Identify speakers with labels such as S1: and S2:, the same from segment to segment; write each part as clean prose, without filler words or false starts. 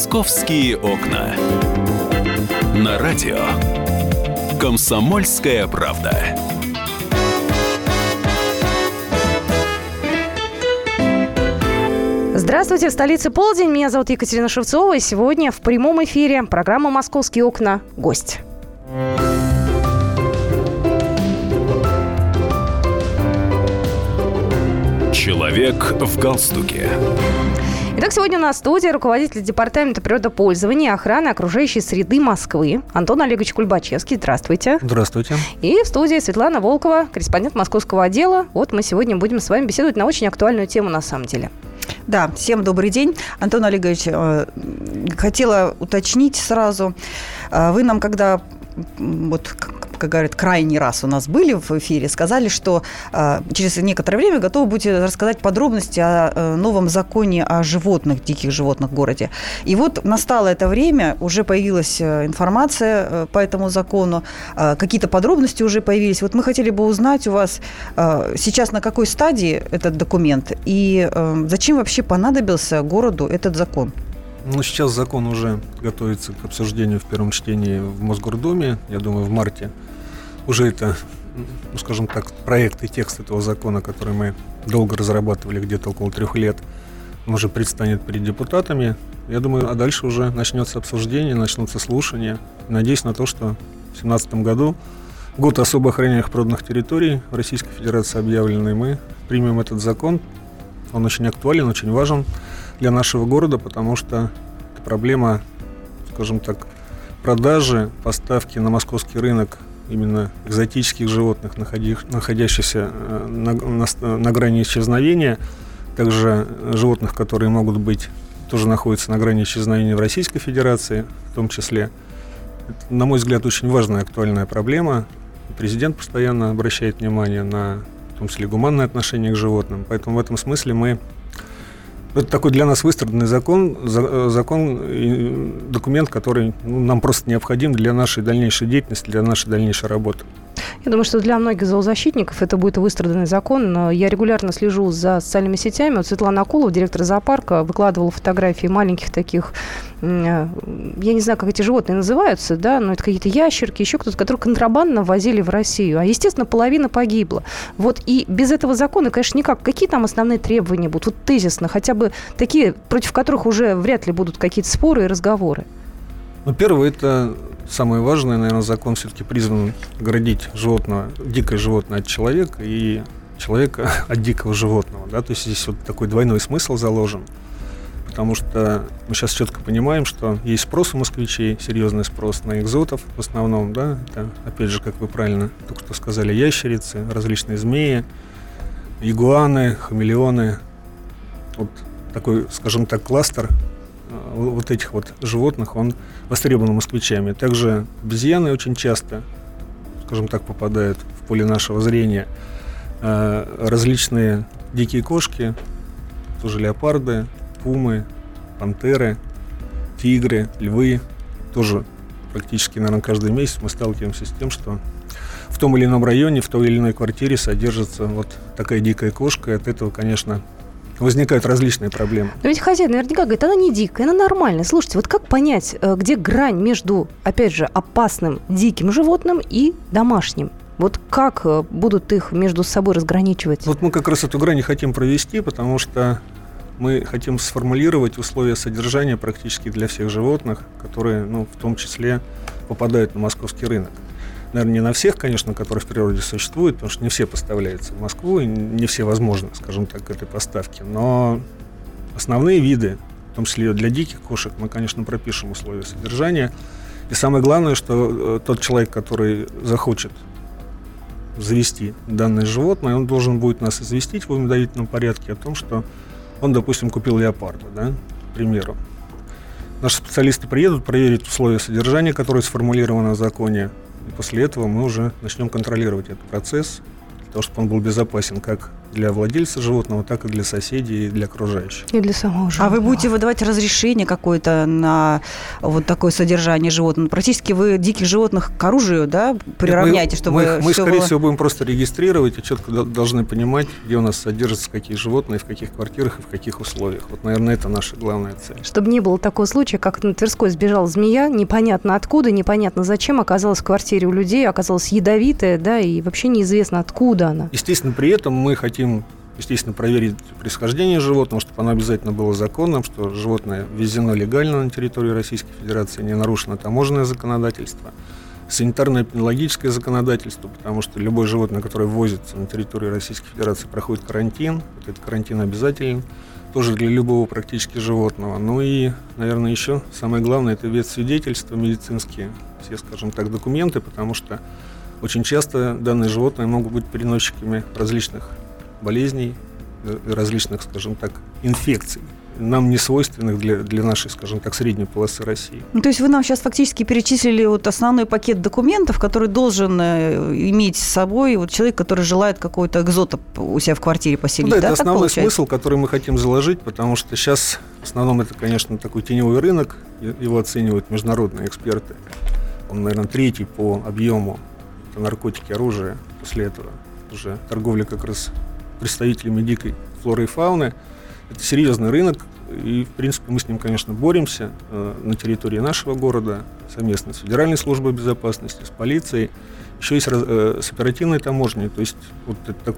S1: «Московские окна». На радио «Комсомольская правда».
S2: Здравствуйте, в столице полдень. Меня зовут Екатерина Шевцова. И сегодня в прямом эфире программа «Московские окна». Гость.
S1: Человек в галстуке.
S2: Итак, сегодня у нас в студии руководитель департамента природопользования и охраны окружающей среды Москвы Антон Олегович Кульбачевский. Здравствуйте.
S3: Здравствуйте.
S2: И в студии Светлана Волкова, корреспондент московского отдела. Вот мы сегодня будем с вами беседовать на очень актуальную тему на самом деле.
S4: Да, всем добрый день. Антон Олегович, хотела уточнить сразу. Вы нам, когда, вот, как говорят, крайний раз у нас были в эфире, сказали, что через некоторое время готовы будете рассказать подробности о новом законе о животных, диких животных в городе. И вот настало это время, уже появилась информация по этому закону, какие-то подробности уже появились. Вот мы хотели бы узнать у вас сейчас, на какой стадии этот документ и зачем вообще понадобился городу этот закон?
S3: Ну, сейчас закон уже готовится к обсуждению в первом чтении в Мосгордуме. Я думаю, в марте уже это, ну, скажем так, проект и текст этого закона, который мы долго разрабатывали, где-то около 3 лет, он уже предстанет перед депутатами. Я думаю, а дальше уже начнется обсуждение, начнутся слушания. Надеюсь на то, что в 2017 году, год особо охраняемых природных территорий в Российской Федерации объявленный, мы примем этот закон. Он очень актуален, очень важен для нашего города, потому что это проблема, скажем так, продажи, поставки на московский рынок именно экзотических животных, находящихся на грани исчезновения, также животных, которые могут быть, тоже находятся на грани исчезновения в Российской Федерации, в том числе. Это, на мой взгляд, очень важная, актуальная проблема. Президент постоянно обращает внимание на, в том числе, гуманное отношение к животным. Поэтому в этом смысле это такой для нас выстраданный закон, документ, который нам просто необходим для нашей дальнейшей деятельности, для нашей дальнейшей работы.
S2: Я думаю, что для многих зоозащитников это будет выстраданный закон. Я регулярно слежу за социальными сетями. Вот Светлана Акулова, директор зоопарка, выкладывала фотографии маленьких таких, я не знаю, как эти животные называются, да, но это какие-то ящерки, еще кто-то, которые контрабандно возили в Россию. А, естественно, половина погибла. Вот и без этого закона, конечно, никак. Какие там основные требования будут? Вот тезисно, хотя бы такие, против которых уже вряд ли будут какие-то споры и разговоры.
S3: Ну, первое, это самое важное, наверное, закон все-таки призван оградить дикое животное от человека и человека от дикого животного. Да? То есть здесь вот такой двойной смысл заложен, потому что мы сейчас четко понимаем, что есть спрос у москвичей, серьезный спрос на экзотов в основном. Да? Это, опять же, как вы правильно только что сказали, ящерицы, различные змеи, игуаны, хамелеоны. Вот такой, скажем так, кластер вот этих вот животных, он востребован москвичами. Также обезьяны очень часто, скажем так, попадают в поле нашего зрения. Различные дикие кошки, тоже леопарды, пумы, пантеры, тигры, львы. Тоже практически, наверное, каждый месяц мы сталкиваемся с тем, что в том или ином районе, в той или иной квартире содержится вот такая дикая кошка. И от этого, конечно, возникают различные проблемы.
S2: Но ведь хозяин наверняка говорит, она не дикая, она нормальная. Слушайте, вот как понять, где грань между, опять же, опасным диким животным и домашним? Вот как будут их между собой разграничивать? Вот
S3: мы как раз эту грань хотим провести, потому что мы хотим сформулировать условия содержания практически для всех животных, которые, в том числе, попадают на московский рынок. Наверное, не на всех, конечно, которые в природе существуют, потому что не все поставляются в Москву, и не все возможны, скажем так, к этой поставке. Но основные виды, в том числе для диких кошек, мы, конечно, пропишем условия содержания. И самое главное, что тот человек, который захочет завести данное животное, он должен будет нас известить в уведомительном порядке о том, что он, допустим, купил леопарда, да, к примеру. Наши специалисты приедут, проверят условия содержания, которые сформулированы в законе. И после этого мы уже начнем контролировать этот процесс, для того, чтобы он был безопасен как для владельца животного, так и для соседей, и для окружающих.
S2: И для самого животного.
S4: А вы будете выдавать разрешение какое-то на вот такое содержание животных? Практически вы диких животных к оружию, да, приравняете, чтобы
S3: мы скорее
S4: было...
S3: всего, будем просто регистрировать и четко должны понимать, где у нас содержатся какие животные, в каких квартирах и в каких условиях. Вот, наверное, это наша главная цель.
S2: Чтобы не было такого случая, как на Тверской сбежала змея, непонятно откуда, непонятно зачем, оказалась в квартире у людей, оказалась ядовитая, да, и вообще неизвестно, откуда она.
S3: Естественно, при этом мы хотим, проверить происхождение животного, чтобы оно обязательно было законным, что животное ввезено легально на территорию Российской Федерации, не нарушено таможенное законодательство, санитарно-эпидемиологическое законодательство, потому что любое животное, которое ввозится на территорию Российской Федерации, проходит карантин. Вот этот карантин обязателен тоже для любого практически животного. Ну и, наверное, еще самое главное – это ветсвидетельства медицинские, все, скажем так, документы, потому что очень часто данные животные могут быть переносчиками различных болезней, различных, скажем так, инфекций, нам не свойственных для нашей, скажем так, средней полосы России.
S4: Ну, то есть вы нам сейчас фактически перечислили вот основной пакет документов, который должен иметь с собой вот человек, который желает какой-то экзота у себя в квартире поселить.
S3: Ну, да,
S4: да,
S3: это основной смысл, который мы хотим заложить, потому что сейчас в основном это, конечно, такой теневой рынок, его оценивают международные эксперты. Он, наверное, третий по объему. Это наркотики, оружие. После этого уже торговля как раз представителями дикой флоры и фауны. Это серьезный рынок, и, в принципе, мы с ним, конечно, боремся на территории нашего города, совместно с Федеральной службой безопасности, с полицией. Еще есть с оперативной таможней, то есть вот это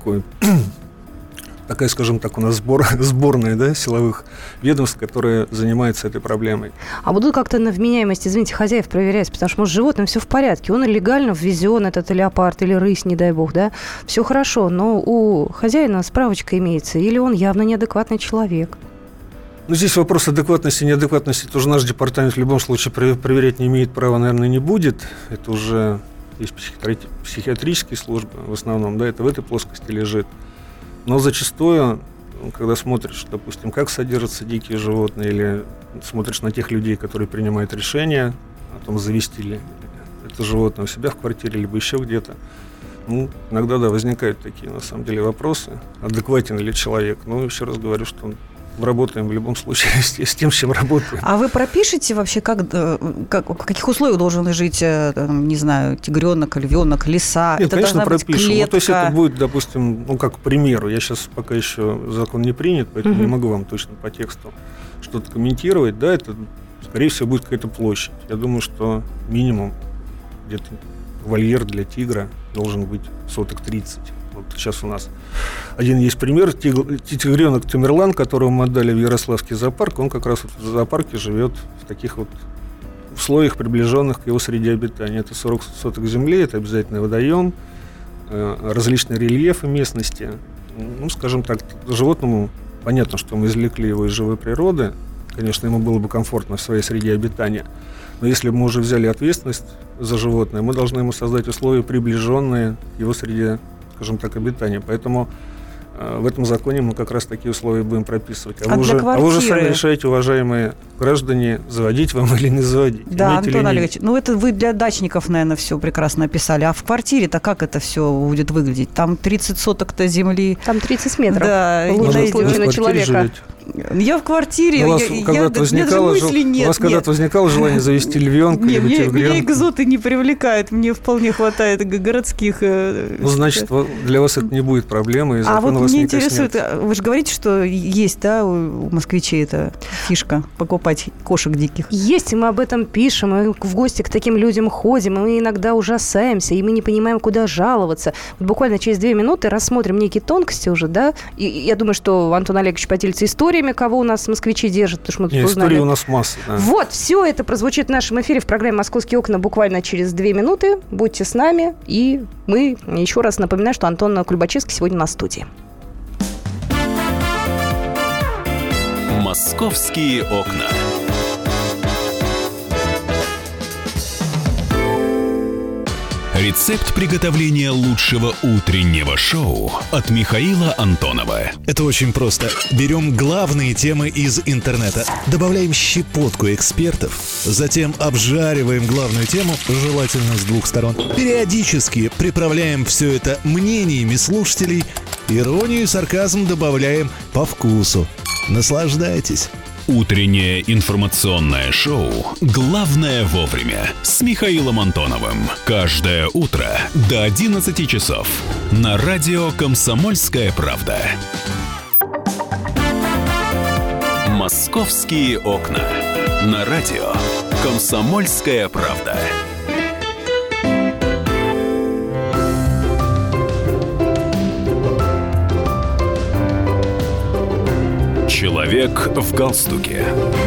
S3: такая, скажем так, у нас сборная, да, силовых ведомств, которые занимаются этой проблемой.
S2: А будут как-то на вменяемость, извините, хозяев проверять, потому что, может, с животным все в порядке, он легально ввезен, этот леопард или рысь, не дай бог, да, все хорошо, но у хозяина справочка имеется, или он явно неадекватный человек?
S3: Ну, здесь вопрос адекватности и неадекватности тоже наш департамент в любом случае проверять не имеет права, наверное, не будет. Это уже есть психиатрические службы в основном, да, это в этой плоскости лежит. Но зачастую, когда смотришь, допустим, как содержатся дикие животные, или смотришь на тех людей, которые принимают решение о том, завести ли это животное у себя в квартире, либо еще где-то, ну, иногда, да, возникают такие, на самом деле, вопросы, адекватен ли человек. Но еще раз говорю, что работаем в любом случае с тем, с чем работаем.
S4: А вы пропишете вообще, в каких условиях должен жить, не знаю, тигренок, львенок, лиса?
S3: Нет,
S4: это
S3: конечно, пропишем. Ну, то есть это будет, допустим, ну, как к примеру, я сейчас пока еще закон не принят, поэтому не могу вам точно по тексту что-то комментировать. Да, это, скорее всего, будет какая-то площадь. Я думаю, что минимум где-то вольер для тигра должен быть соток 30. Вот сейчас у нас один есть пример, тигренок Тамерлан, которого мы отдали в Ярославский зоопарк, он как раз вот в зоопарке живет в таких вот условиях, приближенных к его среде обитания. Это 40 соток земли, это обязательно водоем, различные рельефы местности. Ну, скажем так, животному понятно, что мы извлекли его из живой природы, конечно, ему было бы комфортно в своей среде обитания, но если бы мы уже взяли ответственность за животное, мы должны ему создать условия, приближенные к его среде, скажем так, обитания. Поэтому в этом законе мы как раз такие условия будем прописывать. А вы уже сами решаете, уважаемые граждане, заводить вам или не заводить.
S4: Да, Антон Олегович, ну это вы для дачников, наверное, все прекрасно описали. А в квартире-то как это все будет выглядеть? Там 30 соток-то земли.
S2: Там 30 метров.
S4: Да,
S2: в лучшем случае на человека.
S4: Я в квартире,
S3: у вас когда-то возникало желание завести львенка или тигренка?
S4: Меня экзоты не привлекают, мне вполне хватает городских.
S3: Ну, значит, для вас это не будет проблемой.
S4: А вот меня интересует, вы же говорите, что есть, да, у москвичей эта фишка покупать кошек диких?
S2: Есть, и мы об этом пишем, мы в гости к таким людям ходим, и мы иногда ужасаемся, и мы не понимаем, куда жаловаться. Вот буквально через 2 минуты рассмотрим некие тонкости уже, да, и я думаю, что Антон Олегович поделится историями, кого у нас москвичи держат, потому что мы тут узнали.
S3: Истории у нас масса, да.
S2: Вот, все это прозвучит в нашем эфире в программе «Московские окна» буквально через 2 минуты. Будьте с нами, и мы еще раз напоминаю, что Антон Кульбачевский сегодня на студии.
S1: «Московские окна». Рецепт приготовления лучшего утреннего шоу от Михаила Антонова.
S5: Это очень просто. Берем главные темы из интернета, добавляем щепотку экспертов, затем обжариваем главную тему, желательно с 2 сторон. Периодически приправляем все это мнениями слушателей Иронию и сарказм добавляем по вкусу. Наслаждайтесь.
S1: Утреннее информационное шоу «Главное вовремя» с Михаилом Антоновым. Каждое утро до 11 часов на радио «Комсомольская правда». «Московские окна» на радио «Комсомольская правда». Человек в галстуке.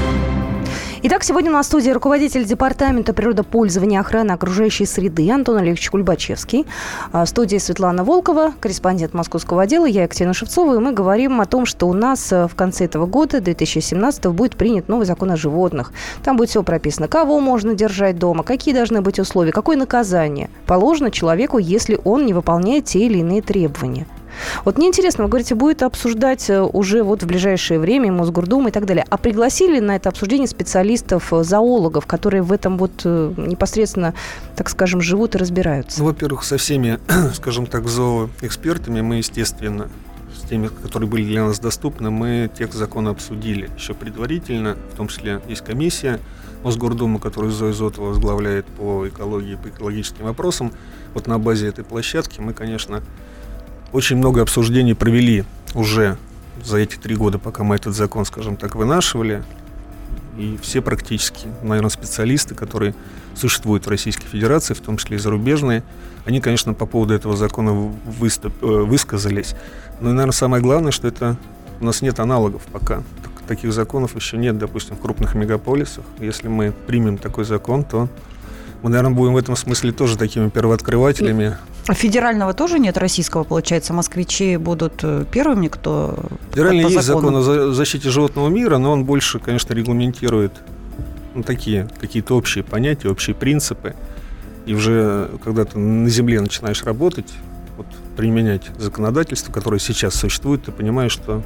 S2: Итак, сегодня на студии руководитель Департамента природопользования и охраны окружающей среды Антон Олегович Кульбачевский. В студии Светлана Волкова, корреспондент московского отдела, я Екатерина Шевцова. И мы говорим о том, что у нас в конце этого года, 2017, будет принят новый закон о животных. Там будет все прописано. Кого можно держать дома, какие должны быть условия, какое наказание положено человеку, если он не выполняет те или иные требования. Вот мне интересно, вы говорите, будет обсуждать уже вот в ближайшее время Мосгордума и так далее. А пригласили на это обсуждение специалистов, зоологов, которые в этом вот непосредственно, так скажем, живут и разбираются?
S3: Ну, во-первых, со всеми, скажем так, зооэкспертами мы, естественно, с теми, которые были для нас доступны, мы текст закона обсудили еще предварительно. В том числе есть комиссия Мосгордумы, которую Зоя Зотова возглавляет по экологии, по экологическим вопросам. Вот на базе этой площадки мы, конечно, очень много обсуждений провели уже за эти 3 года, пока мы этот закон, скажем так, вынашивали. И все практически, наверное, специалисты, которые существуют в Российской Федерации, в том числе и зарубежные, они, конечно, по поводу этого закона высказались. Но, наверное, самое главное, что это у нас нет аналогов пока. Таких законов еще нет, допустим, в крупных мегаполисах. Если мы примем такой закон, то мы, наверное, будем в этом смысле тоже такими первооткрывателями.
S4: Федерального тоже нет, российского, получается? Москвичи будут первыми, кто...
S3: Федеральный есть закон о защите животного мира, но он больше, конечно, регламентирует такие какие-то общие понятия, общие принципы. И уже когда ты на земле начинаешь работать, вот, применять законодательство, которое сейчас существует, ты понимаешь, что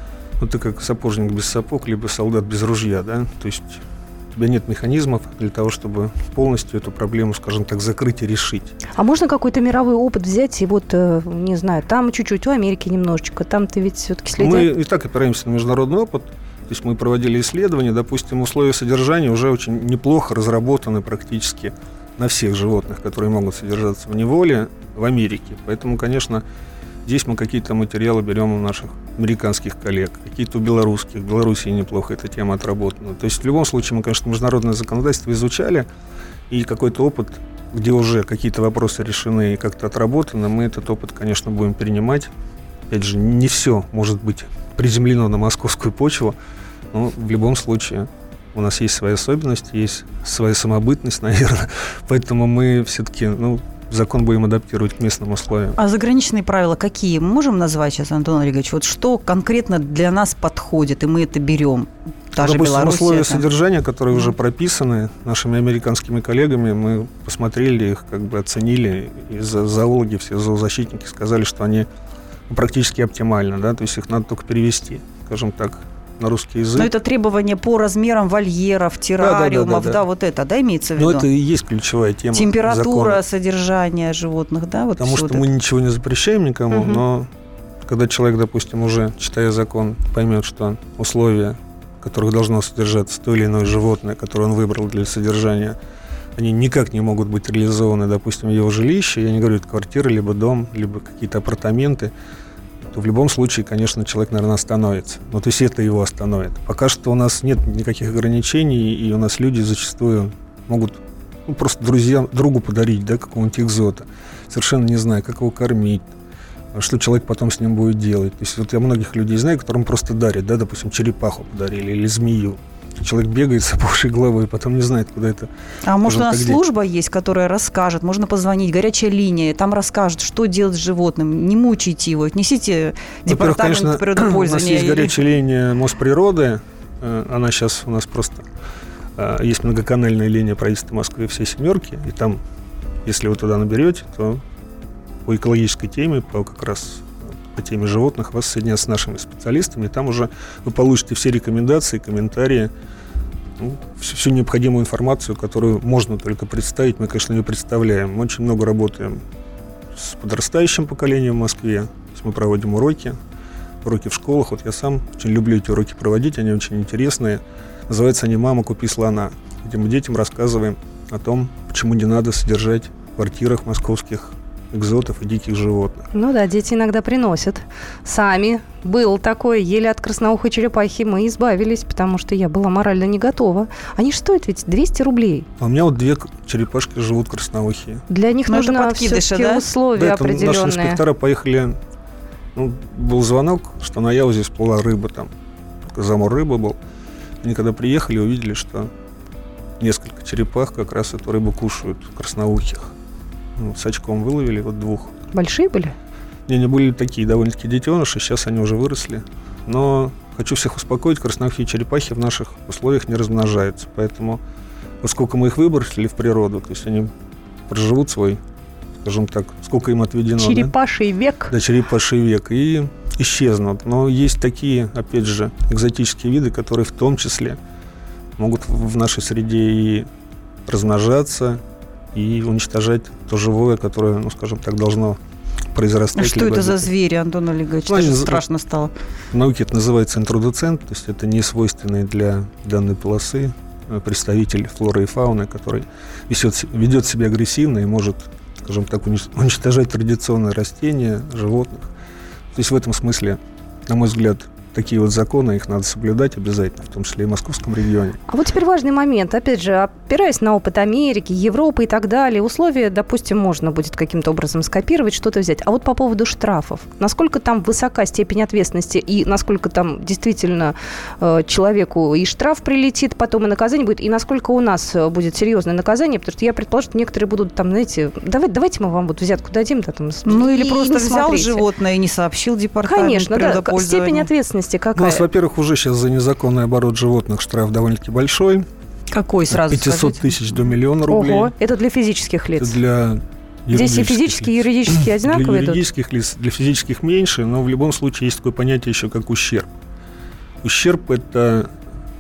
S3: ты как сапожник без сапог, либо солдат без ружья, да, то есть у тебя нет механизмов для того, чтобы полностью эту проблему, скажем так, закрыть и решить.
S2: А можно какой-то мировой опыт взять и вот, не знаю, там чуть-чуть, у Америки немножечко, там-то ведь все-таки следят?
S3: Мы и так опираемся на международный опыт. То есть мы проводили исследования, допустим, условия содержания уже очень неплохо разработаны практически на всех животных, которые могут содержаться в неволе в Америке. Поэтому, конечно, здесь мы какие-то материалы берем у наших американских коллег, какие-то у белорусских. В Белоруссии неплохо эта тема отработана. То есть в любом случае мы, конечно, международное законодательство изучали, и какой-то опыт, где уже какие-то вопросы решены и как-то отработаны, мы этот опыт, конечно, будем перенимать. Опять же, не все может быть приземлено на московскую почву, но в любом случае у нас есть свои особенности, есть своя самобытность, наверное. Поэтому мы все-таки, закон будем адаптировать к местным условиям.
S4: А заграничные правила какие? Мы можем назвать сейчас, Антон Олегович? Вот что конкретно для нас подходит, и мы это берем?
S3: Допустим, условия содержания, которые уже прописаны нашими американскими коллегами, мы посмотрели их, оценили, и зоологи, все зоозащитники сказали, что они практически оптимальны, да, то есть их надо только перевести, скажем так, на русский язык.
S4: Но это требования по размерам вольеров, террариумов, вот это, имеется в виду?
S3: Но это и есть ключевая тема
S4: температура
S3: закона.
S4: Содержания животных, да? Вот
S3: потому что мы ничего не запрещаем никому, но когда человек, допустим, уже, читая закон, поймет, что условия, в которых должно содержаться то или иное животное, которое он выбрал для содержания, они никак не могут быть реализованы, допустим, в его жилище, я не говорю, это квартира, либо дом, либо какие-то апартаменты, то в любом случае, конечно, человек, наверное, остановится. То есть это его остановит. Пока что у нас нет никаких ограничений, и у нас люди зачастую могут просто другу подарить, да, какого-нибудь экзота, совершенно не зная, как его кормить, что человек потом с ним будет делать. То есть вот я многих людей знаю, которым просто дарят, да, допустим, черепаху подарили или змею. Человек бегает с опухшей головой, потом не знает, куда это.
S4: А может, у нас служба есть, которая расскажет, можно позвонить, горячая линия, там расскажет, что делать с животным, не мучайте его, отнесите департамент природопользования. У нас
S3: есть горячая линия Мосприроды, она сейчас у нас просто есть многоканальная линия правительства Москвы «Все семерки», и там, если вы туда наберете, то по экологической теме, как раз по теме животных, вас соединят с нашими специалистами, и там уже вы получите все рекомендации, комментарии, всю необходимую информацию, которую можно только представить, мы, конечно, ее представляем. Мы очень много работаем с подрастающим поколением в Москве, есть мы проводим уроки в школах. Вот я сам очень люблю эти уроки проводить, они очень интересные. Называются они «Мама, купи слона», где мы детям рассказываем о том, почему не надо содержать в квартирах московских экзотов и диких животных.
S2: Ну да, дети иногда приносят. Сами было такое, еле от красноухой черепахи мы избавились, потому что я была морально не готова. Они же стоят ведь 200 рублей.
S3: А у меня вот 2 черепашки живут красноухие.
S2: Для них нужно все-таки условия определенные.
S3: Наши инспектора поехали, был звонок, что на Яузе всплыла рыба там, замор рыбы был. Они когда приехали, увидели, что несколько черепах как раз эту рыбу кушают, красноухих. С очком выловили, 2.
S2: Большие были?
S3: Они были такие довольно-таки детеныши, сейчас они уже выросли. Но хочу всех успокоить, красноухие черепахи в наших условиях не размножаются. Поэтому, поскольку мы их выбросили в природу, то есть они проживут свой, скажем так, сколько им отведено.
S2: Черепаший век.
S3: Да, черепаший век. И исчезнут. Но есть такие, опять же, экзотические виды, которые в том числе могут в нашей среде и размножаться, и уничтожать то живое, которое, скажем так, должно произрастать.
S4: А что это за звери, Антон Олегович? Даже страшно стало.
S3: В науке это называется интродуцент, то есть это не свойственный для данной полосы представитель флоры и фауны, который ведет себя агрессивно и может, скажем так, уничтожать традиционные растения, животных. То есть в этом смысле, на мой взгляд, такие вот законы, их надо соблюдать обязательно, в том числе и в московском регионе.
S2: А вот теперь важный момент. Опять же, опираясь на опыт Америки, Европы и так далее, условия, допустим, можно будет каким-то образом скопировать, что-то взять. А вот по поводу штрафов. Насколько там высока степень ответственности и насколько там действительно человеку и штраф прилетит, потом и наказание будет, и насколько у нас будет серьезное наказание, потому что я предположу, что некоторые будут там, знаете, давайте мы вам вот взятку дадим. Да, там,
S4: или просто взял животное и не сообщил департамент природопользования.
S2: Конечно, да. Степень ответственности какая?
S3: У нас, во-первых, уже сейчас за незаконный оборот животных штраф довольно-таки большой.
S4: Какой сразу?
S3: 500 тысяч до 1 000 000 рублей.
S2: Ого, это для физических лиц?
S3: Это для
S2: здесь и физические, и юридические одинаковые
S3: для юридических лиц, для физических меньше, но в любом случае есть такое понятие еще, как ущерб. Ущерб – это,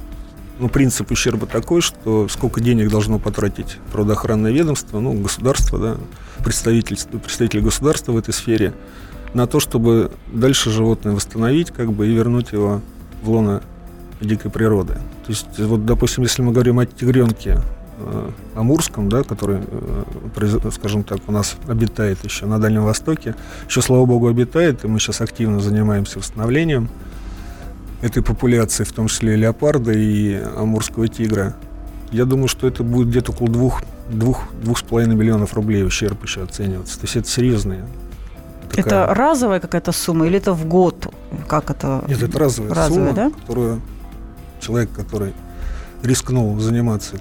S3: принцип ущерба такой, что сколько денег должно потратить природоохранное ведомство, государство, да, представитель государства в этой сфере, на то, чтобы дальше животное восстановить, и вернуть его в лоно дикой природы. То есть, допустим, если мы говорим о тигренке амурском, да, который, скажем так, у нас обитает еще на Дальнем Востоке, еще, слава богу, обитает, и мы сейчас активно занимаемся восстановлением этой популяции, в том числе и леопарда, и амурского тигра. Я думаю, что это будет где-то около 2,5 миллионов рублей ущерб еще оцениваться. То есть это серьезные.
S4: Это разовая какая-то сумма или это в год? Как это?
S3: Нет, это разовая сумма, да? Которую человек, который рискнул заниматься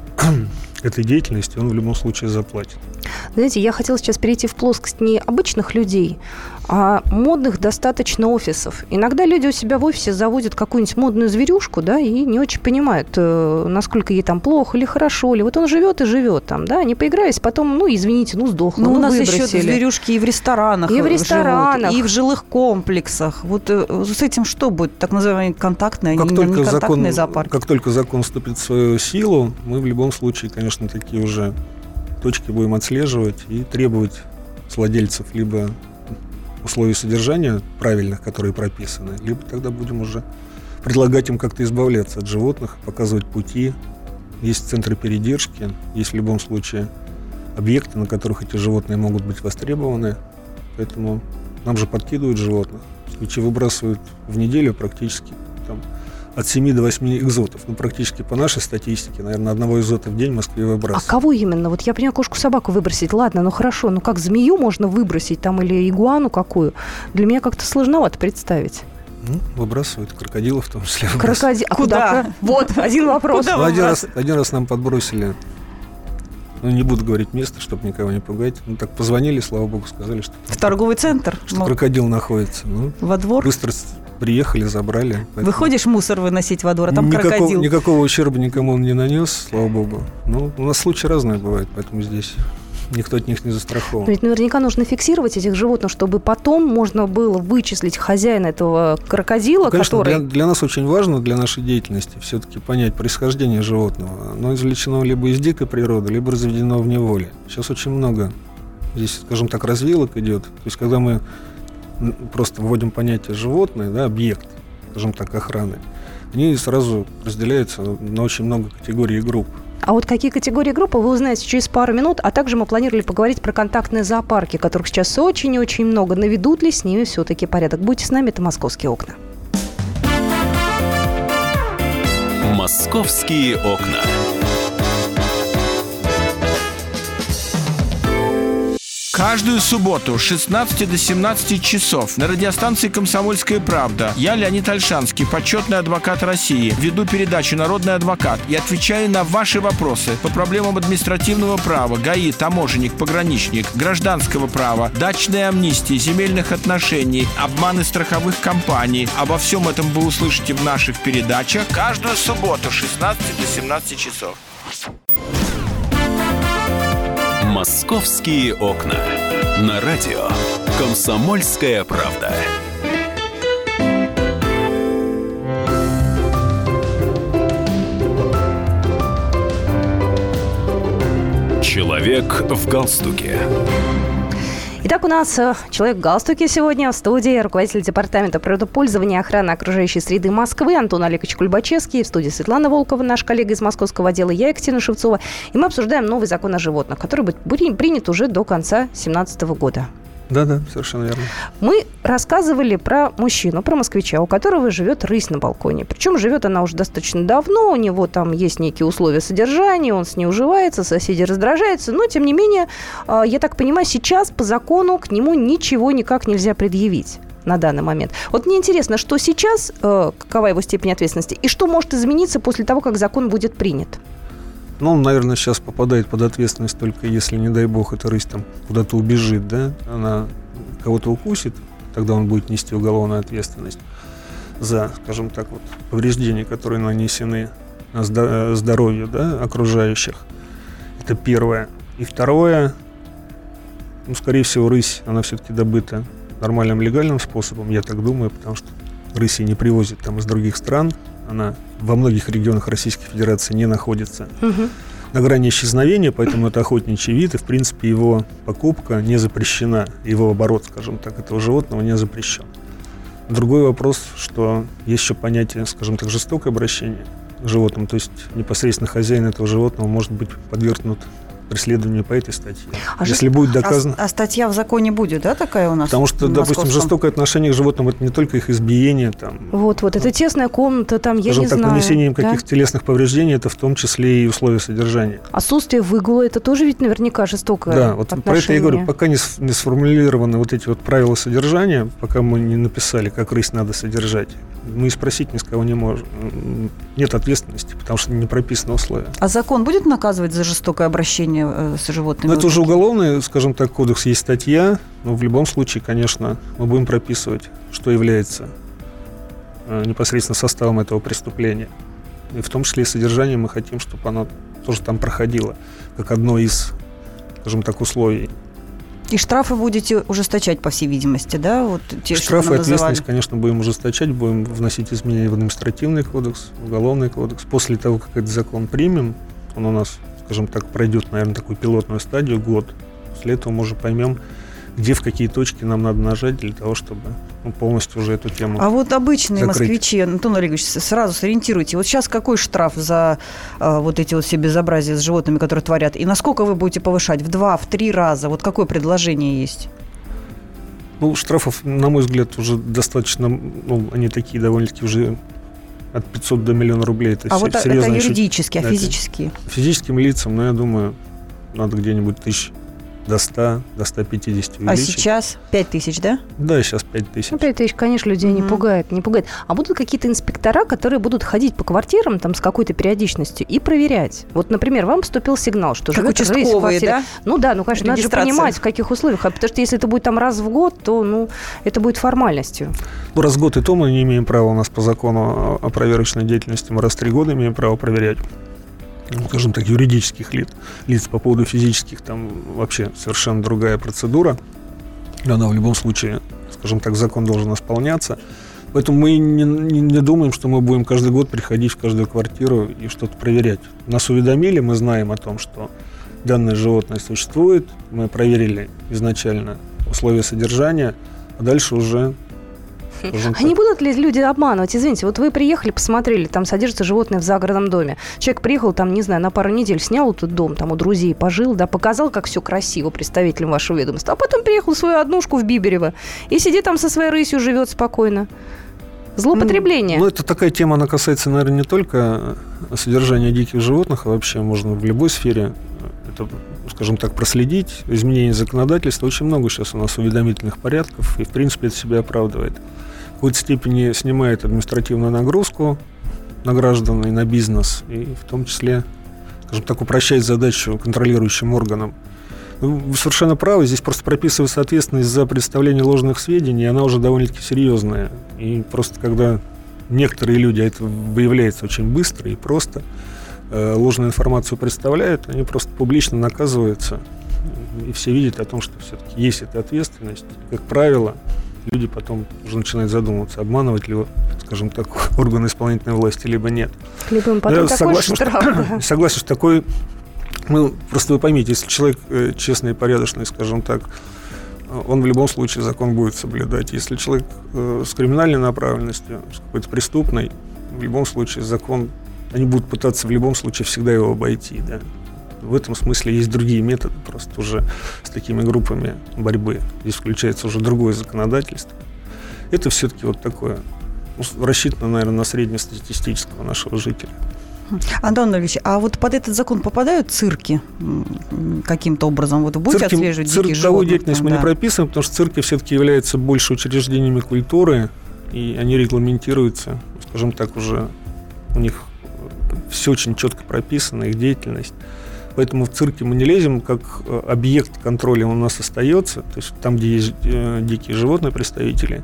S3: этой деятельностью, он в любом случае заплатит.
S2: Знаете, я хотела сейчас перейти в плоскость не обычных людей, а модных достаточно офисов. Иногда люди у себя в офисе заводят какую-нибудь модную зверюшку, да, и не очень понимают, насколько ей там плохо или хорошо, или вот он живет и живет там, да, не поиграясь, потом, извините, сдохла,
S4: у нас
S2: выбросили.
S4: еще зверюшки и в ресторанах живут, и в жилых комплексах. Вот с этим что будет? Так называемые контактные, неконтактные зоопарки?
S3: Как только закон вступит в свою силу, мы в любом случае, конечно, такие уже точки будем отслеживать и требовать с владельцев либо условий содержания правильных, которые прописаны, либо тогда будем уже предлагать им как-то избавляться от животных, показывать пути. Есть центры передержки, есть в любом случае объекты, на которых эти животные могут быть востребованы. Поэтому нам же подкидывают животных. В случае выбрасывают в неделю практически от 7 до 8 экзотов. Практически по нашей статистике, наверное, одного экзота в день в Москве выбрасывают.
S2: А кого именно? Вот я понимаю, кошку-собаку выбросить. Ладно, хорошо. Как змею можно выбросить или игуану какую? Для меня как-то сложновато представить.
S3: Выбрасывают. Крокодилов в том числе.
S2: А куда? Вот, один вопрос.
S3: Один раз нам подбросили. Не буду говорить место, чтобы никого не пугать. Так позвонили, слава богу, сказали, что...
S4: В торговый центр?
S3: Что крокодил находится.
S4: Во двор?
S3: Быстро приехали, забрали.
S4: Выходишь мусор выносить во двор, а там крокодил.
S3: Никакого ущерба никому он не нанес, слава богу. У нас случаи разные бывают, поэтому здесь никто от них не застрахован.
S2: Ведь наверняка нужно фиксировать этих животных, чтобы потом можно было вычислить хозяина этого крокодила,
S3: конечно,
S2: который...
S3: Для нас очень важно, для нашей деятельности, все-таки понять происхождение животного. Оно извлечено либо из дикой природы, либо разведено в неволе. Сейчас очень много здесь, скажем так, развилок идет. То есть, когда мы просто вводим понятие животное, да, объект, скажем так, охраны, они сразу разделяются на очень много категорий и групп.
S2: А вот какие категории группы, вы узнаете через пару минут, а также мы планировали поговорить про контактные зоопарки, которых сейчас очень и очень много. Наведут ли с ними все-таки порядок? Будьте с нами, это «Московские окна».
S1: «Московские окна».
S6: Каждую субботу с 16 до 17 часов на радиостанции «Комсомольская правда» я, Леонид Ольшанский, почетный адвокат России, веду передачу «Народный адвокат» и отвечаю на ваши вопросы по проблемам административного права, ГАИ, таможенник, пограничник, гражданского права, дачной амнистии, земельных отношений, обманы страховых компаний. Обо всем этом вы услышите в наших передачах каждую субботу с 16 до 17 часов.
S1: «Московские окна». На радио «Комсомольская правда». Человек в галстуке.
S2: Итак, у нас человек в галстуке сегодня в студии, руководитель департамента природопользования и охраны окружающей среды Москвы Антон Олегович Кульбачевский. В студии Светлана Волкова, наш коллега из московского отдела, я, Екатерина Шевцова. И мы обсуждаем новый закон о животных, который будет принят уже до конца 2017 года.
S3: Да, совершенно верно.
S2: Мы рассказывали про мужчину, про москвича, у которого живет рысь на балконе. Причем живет она уже достаточно давно, у него там есть некие условия содержания, он с ней уживается, соседи раздражаются, но, тем не менее, я так понимаю, сейчас по закону к нему ничего никак нельзя предъявить на данный момент. Вот мне интересно, что сейчас, какова его степень ответственности, и что может измениться после того, как закон будет принят?
S3: Ну, он, наверное, сейчас попадает под ответственность только если, не дай бог, эта рысь там куда-то убежит, да, она кого-то укусит, тогда он будет нести уголовную ответственность за, скажем так, вот, повреждения, которые нанесены здоровью, да, окружающих. Это первое. И второе, ну, скорее всего, рысь, она все-таки добыта нормальным легальным способом, я так думаю, потому что рыси не привозят там из других стран. Она во многих регионах Российской Федерации не находится на грани исчезновения, поэтому это охотничий вид, и, в принципе, его покупка не запрещена, его оборот, скажем так, этого животного не запрещен. Другой вопрос, что есть еще понятие, скажем так, жестокое обращение к животным, то есть непосредственно хозяин этого животного может быть подвергнут преследованию по этой статье. Если будет доказано...
S4: А статья в законе будет, да, такая у нас?
S3: Потому что, допустим, жестокое отношение к животным – это не только их избиение. Там,
S2: вот, это тесная комната, там, я не знаю.
S3: Нанесение им каких-то телесных повреждений – это в том числе и условия содержания.
S2: Отсутствие выгула – это тоже ведь наверняка жестокое отношение.
S3: Да, вот про это я говорю, пока не сформулированы вот эти вот правила содержания, пока мы не написали, как рысь надо содержать, мы и спросить ни с кого не можем. Нет ответственности, потому что не прописаны условия.
S4: А закон будет наказывать за жестокое обращение с животными?
S3: Ну, это уже уголовный, скажем так, кодекс, есть статья, но в любом случае, конечно, мы будем прописывать, что является непосредственно составом этого преступления. И в том числе и содержание мы хотим, чтобы оно тоже там проходило, как одно из, скажем так, условий.
S4: И штрафы будете ужесточать, по всей видимости, да? Вот те,
S3: штрафы и ответственность, конечно, будем ужесточать, будем вносить изменения в административный кодекс, в уголовный кодекс. После того, как этот закон примем, он у нас, скажем так, пройдет, наверное, такую пилотную стадию, год. После этого мы уже поймем, где, в какие точки нам надо нажать для того, чтобы полностью уже эту тему
S4: А вот обычные
S3: закрыть.
S4: Москвичи, Антон Олегович, сразу сориентируйте. Вот сейчас какой штраф за вот эти вот все безобразия с животными, которые творят? И насколько вы будете повышать? В 2, в 3 раза? Вот какое предложение есть?
S3: Ну, штрафов, на мой взгляд, уже достаточно, они такие довольно-таки уже от 500 до миллиона рублей. Это
S4: вот это юридические, а физические?
S3: Физическим лицам, я думаю, надо где-нибудь 1000 до 100, до 150 увеличить.
S4: А сейчас 5000, да?
S3: Да, сейчас 5000.
S2: 5000, конечно, людей не пугает. А будут какие-то инспектора, которые будут ходить по квартирам там с какой-то периодичностью и проверять? Вот, например, вам поступил сигнал, что живет рысь в квартире. Да? Ну да, конечно, надо же понимать, в каких условиях. Потому что если это будет там раз в год, то, это будет формальностью.
S3: Раз в год и то мы не имеем права у нас по закону о проверочной деятельности. Мы раз в 3 года имеем право проверять. Скажем так, юридических лиц. По поводу физических там вообще совершенно другая процедура. Она в любом случае, скажем так, закон должен исполняться. Поэтому мы не думаем, что мы будем каждый год приходить в каждую квартиру и что-то проверять. Нас уведомили, мы знаем о том, что данное животное существует. Мы проверили изначально условия содержания. А дальше уже...
S2: А не будут ли люди обманывать? Извините, вот вы приехали, посмотрели, там содержится животное в загородном доме. Человек приехал, там, не знаю, на пару недель снял этот дом, там у друзей пожил, да, показал, как все красиво представителям вашего ведомства, а потом приехал в свою однушку в Биберево и сидит там со своей рысью, живет спокойно. Злоупотребление.
S3: Ну, это такая тема, она касается, наверное, не только содержания диких животных, а вообще можно в любой сфере это, скажем так, проследить. Изменение законодательства. Очень много сейчас у нас уведомительных порядков, и, в принципе, это себя оправдывает. В какой-то степени снимает административную нагрузку на граждан и на бизнес, и в том числе, скажем так, упрощает задачу контролирующим органам. Вы совершенно правы, здесь просто прописывается ответственность за представление ложных сведений, и она уже довольно-таки серьезная. И просто когда некоторые люди, а это выявляется очень быстро и просто, ложную информацию представляют, они просто публично наказываются, и все видят о том, что все-таки есть эта ответственность. Как правило, люди потом уже начинают задумываться, обманывать ли, скажем так, органы исполнительной власти, либо нет.
S2: Либо им потом такой штраф.
S3: Согласен, что такой... Ну, просто вы поймите, если человек честный и порядочный, скажем так, он в любом случае закон будет соблюдать. Если человек с криминальной направленностью, с какой-то преступной, в любом случае закон... Они будут пытаться в любом случае всегда его обойти, да. В этом смысле есть другие методы, просто уже с такими группами борьбы. Здесь включается уже другое законодательство. Это все-таки вот такое, рассчитано, наверное, на среднестатистического нашего жителя.
S4: Антон Анатольевич, а вот под этот закон попадают цирки каким-то образом? Вот вы будете отслеживать диких животных?
S3: Цирковую деятельность мы не прописываем, потому что цирки все-таки являются больше учреждениями культуры, и они регламентируются, скажем так, уже у них все очень четко прописано, их деятельность. Поэтому в цирке мы не лезем, как объект контроля у нас остается, то есть там, где есть дикие животные, представители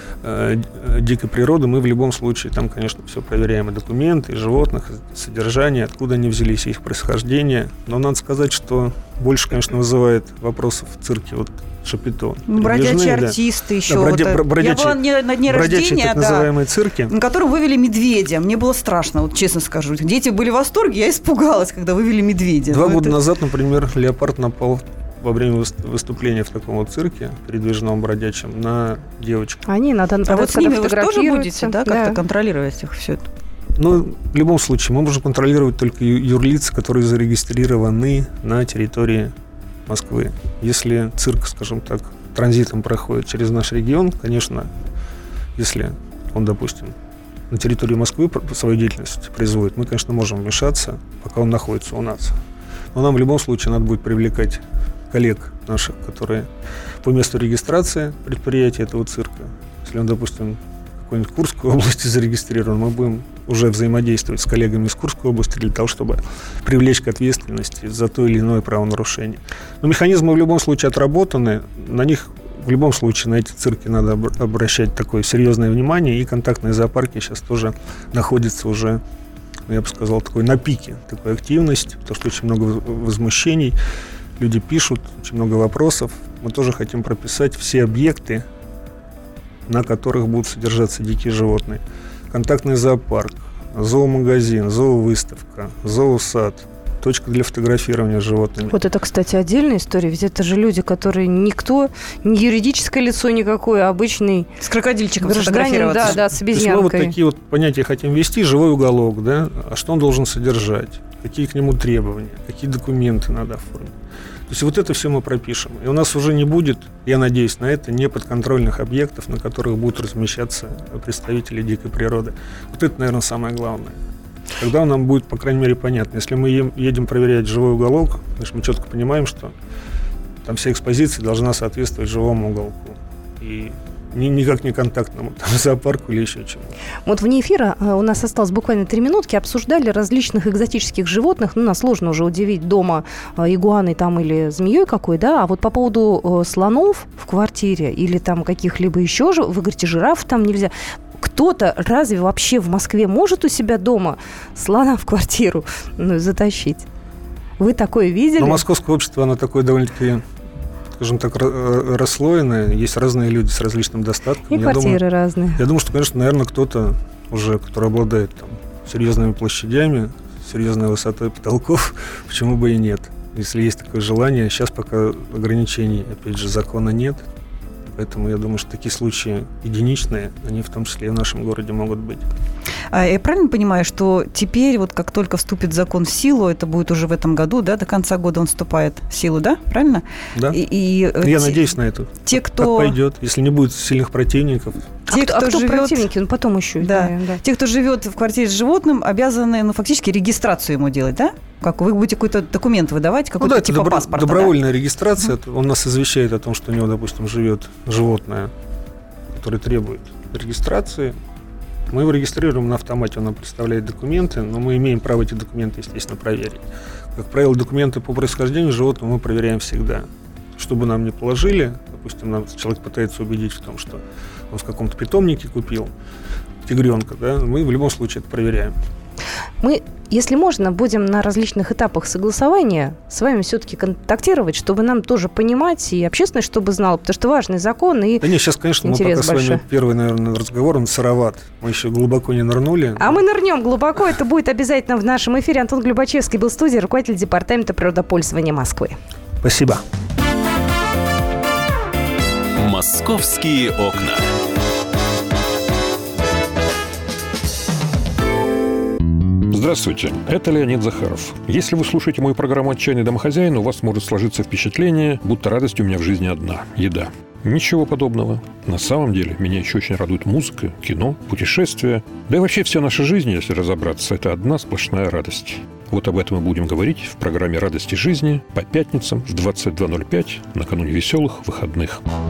S3: дикой природы, мы в любом случае там, конечно, все проверяем, и документы, и животных, и содержание, откуда они взялись, и их происхождение. Но надо сказать, что больше, конечно, вызывает вопросов в цирке вот Шапито.
S4: Бродячие артисты еще. Да, я была на дне рождения,
S3: так называемые цирки,
S4: на котором вывели медведя. Мне было страшно, вот честно скажу. Дети были в восторге, я испугалась, когда вывели медведя.
S3: 2 года назад, например, леопард напал во время выступления в таком вот цирке, передвижном бродячем, на девочку.
S2: Они надо
S4: вот с ними вы тоже будете, да, как-то контролировать их все это?
S3: Ну, в любом случае, мы можем контролировать только юрлица, которые зарегистрированы на территории Москвы. Если цирк, скажем так, транзитом проходит через наш регион, конечно, если он, допустим, на территории Москвы свою деятельность производит, мы, конечно, можем вмешаться, пока он находится у нас. Но нам в любом случае надо будет привлекать коллег наших, которые по месту регистрации предприятия этого цирка, если он, допустим, в какой-нибудь Курской области зарегистрирован, мы будем уже взаимодействовать с коллегами из Курской области для того, чтобы привлечь к ответственности за то или иное правонарушение. Но механизмы в любом случае отработаны, на них в любом случае, на эти цирки надо обращать такое серьезное внимание, и контактные зоопарки сейчас тоже находятся уже, я бы сказал, такой на пике такой активности, потому что очень много возмущений, люди пишут, очень много вопросов. Мы тоже хотим прописать все объекты, на которых будут содержаться дикие животные. Контактный зоопарк, зоомагазин, зоовыставка, зоосад, точка для фотографирования с животными.
S2: Вот это, кстати, отдельная история, ведь это же люди, которые никто, не юридическое лицо никакое, а обычный
S4: с крокодильчиком
S2: гражданин, да, с обезьянкой.
S3: Мы вот такие вот понятия хотим ввести: живой уголок, да, а что он должен содержать, какие к нему требования, какие документы надо оформить. То есть вот это все мы пропишем. И у нас уже не будет, я надеюсь, на это неподконтрольных объектов, на которых будут размещаться представители дикой природы. Вот это, наверное, самое главное. Тогда нам будет, по крайней мере, понятно. Если мы едем проверять живой уголок, значит, мы четко понимаем, что там вся экспозиция должна соответствовать живому уголку. И никак не контактному там, зоопарку или еще чему.
S2: Вот вне эфира у нас осталось буквально 3 минутки. Обсуждали различных экзотических животных. Ну, нас сложно уже удивить дома игуаной там или змеей какой, да. А вот по поводу слонов в квартире или там каких-либо еще, вы говорите, жираф там нельзя. Кто-то разве вообще в Москве может у себя дома слона в квартиру затащить? Вы такое видели?
S3: Но московское общество, оно такое довольно-таки, скажем так, расслоенное. Есть разные люди с различным достатком.
S2: И квартиры разные.
S3: Я думаю, что, конечно, наверное, кто-то уже, который обладает там серьезными площадями, серьезной высотой потолков, почему бы и нет. Если есть такое желание. Сейчас пока ограничений, опять же, закона нет. Поэтому я думаю, что такие случаи единичные, они в том числе и в нашем городе могут быть.
S4: Я правильно понимаю, что теперь, вот как только вступит закон в силу, это будет уже в этом году, да, до конца года он вступает в силу, да, правильно?
S3: Да. Я надеюсь на это.
S4: Те, кто...
S3: Так пойдет, если не будет сильных противников.
S2: Кто живет... противники? Он потом еще.
S4: Да. Те, кто живет в квартире с животным, обязаны, фактически регистрацию ему делать, да? Как вы будете какой-то документ выдавать, какой-то типа паспорта?
S3: Добровольная регистрация. Он нас извещает о том, что у него, допустим, живет животное, которое требует регистрации. Мы его регистрируем на автомате, он нам представляет документы, но мы имеем право эти документы, естественно, проверить. Как правило, документы по происхождению животного мы проверяем всегда. Что бы нам ни положили, допустим, нам человек пытается убедить в том, что он в каком-то питомнике купил тигренка, да, мы в любом случае это проверяем.
S2: Мы, если можно, будем на различных этапах согласования с вами все-таки контактировать, чтобы нам тоже понимать, и общественность чтобы знала, потому что важный закон и
S3: да нет, сейчас, конечно, мы пока большой. С вами первый, наверное, разговор, он сыроват. Мы еще глубоко не нырнули.
S2: А мы нырнем глубоко, это будет обязательно в нашем эфире. Антон Глюбачевский был в студии, руководитель департамента природопользования Москвы.
S3: Спасибо.
S1: «Московские окна».
S7: Здравствуйте, это Леонид Захаров. Если вы слушаете мою программу «Отчаянный домохозяин», у вас может сложиться впечатление, будто радость у меня в жизни одна – еда. Ничего подобного. На самом деле, меня еще очень радует музыка, кино, путешествия. Да и вообще вся наша жизнь, если разобраться, это одна сплошная радость. Вот об этом мы будем говорить в программе «Радости жизни» по пятницам в 22:05 накануне веселых выходных.